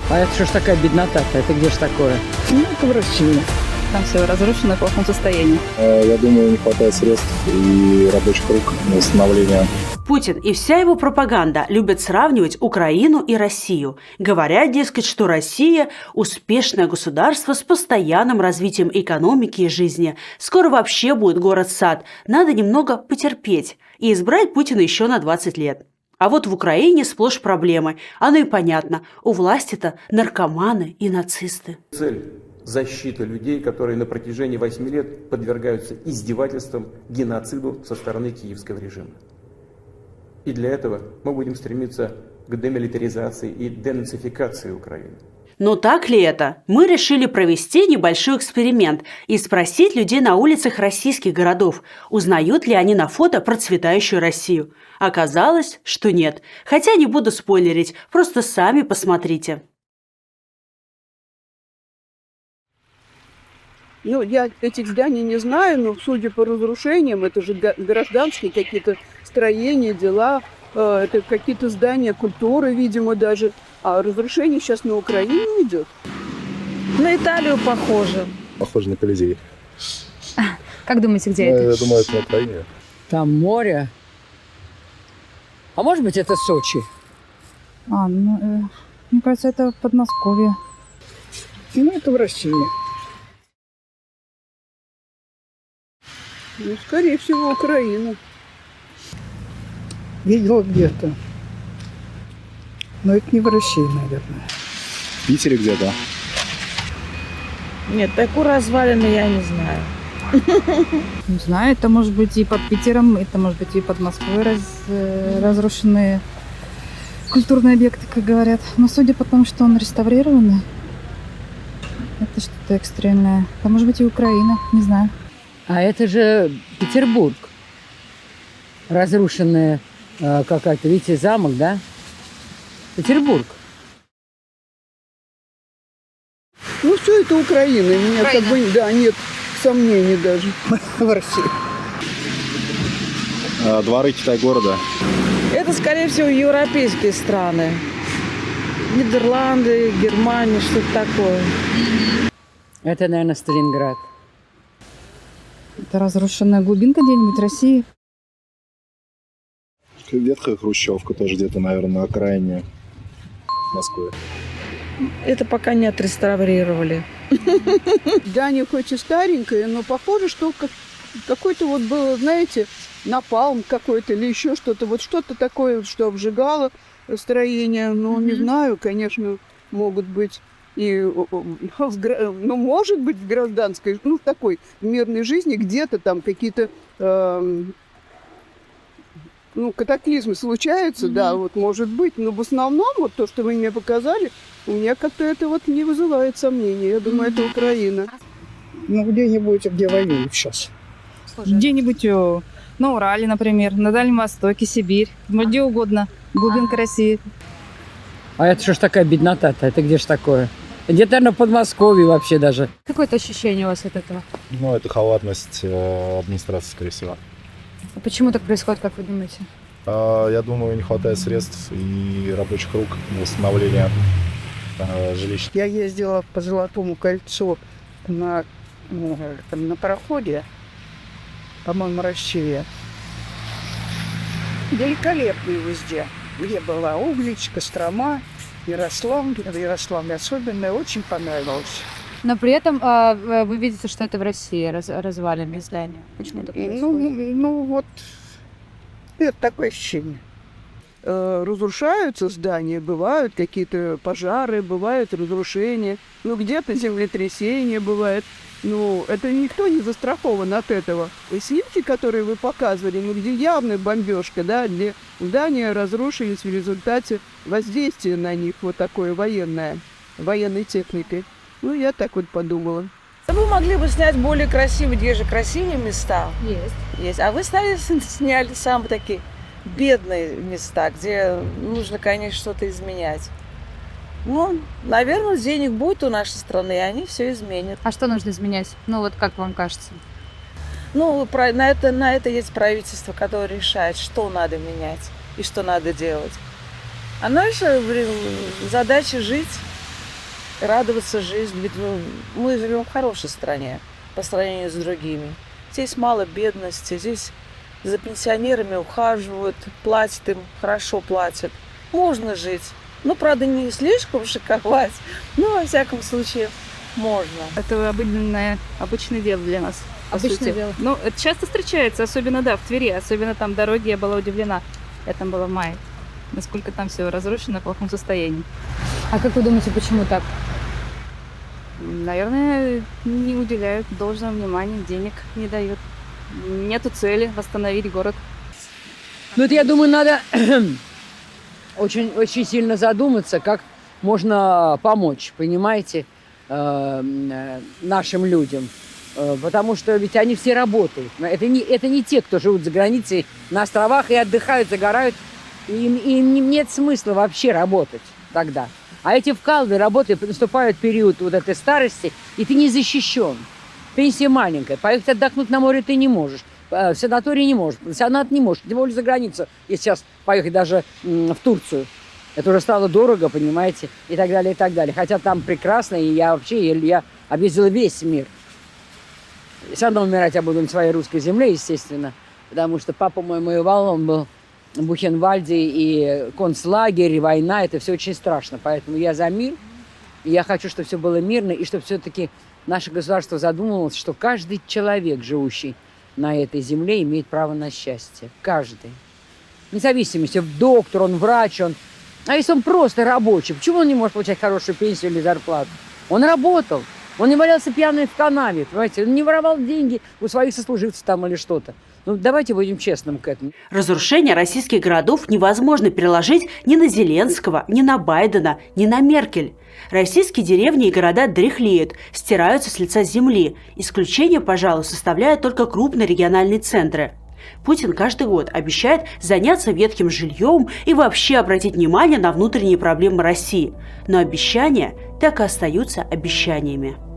А это что ж такая беднота-то? Это где ж такое? Ну, это в России. Там все разрушено в плохом состоянии. Я думаю, не хватает средств и рабочих рук на восстановление. Путин и вся его пропаганда любят сравнивать Украину и Россию. Говорят, дескать, что Россия – успешное государство с постоянным развитием экономики и жизни. Скоро вообще будет город-сад. Надо немного потерпеть и избрать Путина еще на 20 лет. А вот в Украине сплошь проблемы. Оно и понятно. У власти-то наркоманы и нацисты. Цель – защита людей, которые на протяжении 8 лет подвергаются издевательствам, геноциду со стороны киевского режима. И для этого мы будем стремиться к демилитаризации и денацификации Украины. Но так ли это? Мы решили провести небольшой эксперимент и спросить людей на улицах российских городов, узнают ли они на фото процветающую Россию. Оказалось, что нет. Хотя не буду спойлерить, просто сами посмотрите. Ну, я этих зданий не знаю, но судя по разрушениям, это же гражданские какие-то строения, дела, это какие-то здания культуры, видимо, даже. А разрушение сейчас на Украину идет. На Италию похоже. Похоже на Колизей. Как думаете, где это? Я думаю, это на Украине. Там море. А может быть, это Сочи? Мне кажется, это Подмосковье. Ну, это в России. Ну, скорее всего, Украина. Видела где-то. Но это не в России, наверное. В Питере где-то. Нет, такую развалину я не знаю. Не знаю, это может быть и под Питером, это может быть и под Москвой разрушенные культурные объекты, как говорят. Но судя по тому, что он реставрированный, это что-то экстренное. А может быть и Украина, не знаю. А это же Петербург. Разрушенная какая-то, видите, замок, да? Петербург. Ну, все это Украина. У меня как бы, да, нет сомнений даже в России. Дворы Китай-города. Это, скорее всего, европейские страны. Нидерланды, Германия, что-то такое. Это, наверное, Сталинград. Это разрушенная глубинка где-нибудь в России. Ветхая хрущевка тоже где-то, наверное, на окраине Москвы. Это пока не отреставрировали. Здание хоть и старенькое, но похоже, что какой-то вот было, знаете, напалм какой-то или еще что-то. Вот что-то такое, что обжигало строение. Ну, не знаю, конечно, могут быть и, ну, может быть, в гражданской, ну, в такой мирной жизни где-то там какие-то ну, катаклизмы случаются, да, вот может быть, но в основном вот то, что вы мне показали, у меня как-то это вот не вызывает сомнений. Я думаю, это Украина. Ну, где-нибудь, где воюют сейчас. Где-нибудь на Урале, например, на Дальнем Востоке, Сибирь, где угодно, глубинка России. А это что ж такая беднота-то? Это где ж такое? Где-то, наверное, в Подмосковье вообще даже. Какое-то ощущение у вас от этого? Ну, это халатность администрации, скорее всего. А почему так происходит, как вы думаете? Я думаю, не хватает средств и рабочих рук на восстановление жилищ. Я ездила по Золотому кольцу на пароходе, по-моему, Россия. Великолепный везде. Где была Углич, Кострома, Ярославль особенно, очень понравилось. Но при этом вы видите, что это в России разваленные здания. Почему так происходит? Ну вот, это такое ощущение. Разрушаются здания, бывают какие-то пожары, бывают разрушения, ну где-то землетрясения бывает. Ну, это никто не застрахован от этого. И снимки, которые вы показывали, ну где явная бомбежка, да, где здания разрушились в результате воздействия на них вот такое военной техникой. Ну, я так вот подумала. Вы могли бы снять более красивые, где же красивые места? Есть. А вы сняли самые такие бедные места, где нужно, конечно, что-то изменять. Ну, наверное, денег будет у нашей страны, и они все изменят. А что нужно изменять? Ну, вот как вам кажется? Ну, на это есть правительство, которое решает, что надо менять и что надо делать. А наша задача жить радоваться жизни. Ведь мы живем в хорошей стране по сравнению с другими. Здесь мало бедности, здесь за пенсионерами ухаживают, платят им, хорошо платят. Можно жить. Ну, правда, не слишком шиковать, но, во всяком случае, можно. Это обычное дело для нас. Обычное дело. Ну, это часто встречается, особенно, да, в Твери, особенно там дороги, я была удивлена. Я там была в мае. Насколько там все разрушено, в плохом состоянии. А как вы думаете, почему так? Наверное, не уделяют должного внимания, денег не дают. Нету цели восстановить город. Ну, это, я думаю, надо очень, очень сильно задуматься, как можно помочь, понимаете, нашим людям. Потому что ведь они все работают. Это не те, кто живут за границей на островах и отдыхают, загорают. Им нет смысла вообще работать тогда. А эти вкалывают, работают, наступает период вот этой старости, и ты не защищен. Пенсия маленькая. Поехать отдохнуть на море ты не можешь. В санаторий не можешь. Пансионат не можешь. Тем более за границу. Если сейчас поехать даже в Турцию. Это уже стало дорого, понимаете, и так далее, и так далее. Хотя там прекрасно, и я объездила весь мир. Все равно умирать я буду на своей русской земле, естественно. Потому что папа мой воевал, он был в Бухенвальде, и концлагерь, и война, это все очень страшно. Поэтому я за мир, и я хочу, чтобы все было мирно, и чтобы все-таки наше государство задумывалось, что каждый человек, живущий на этой земле, имеет право на счастье. Каждый. Вне зависимости, доктор, он врач, он... А если он просто рабочий, почему он не может получать хорошую пенсию или зарплату? Он работал. Он не валялся пьяный в канаве, понимаете? Он не воровал деньги у своих сослуживцев там или что-то. Ну, давайте будем честным к этому. Разрушение российских городов невозможно переложить ни на Зеленского, ни на Байдена, ни на Меркель. Российские деревни и города дряхлеют, стираются с лица земли. Исключение, пожалуй, составляют только крупные региональные центры. Путин каждый год обещает заняться ветхим жильем и вообще обратить внимание на внутренние проблемы России. Но обещания так и остаются обещаниями.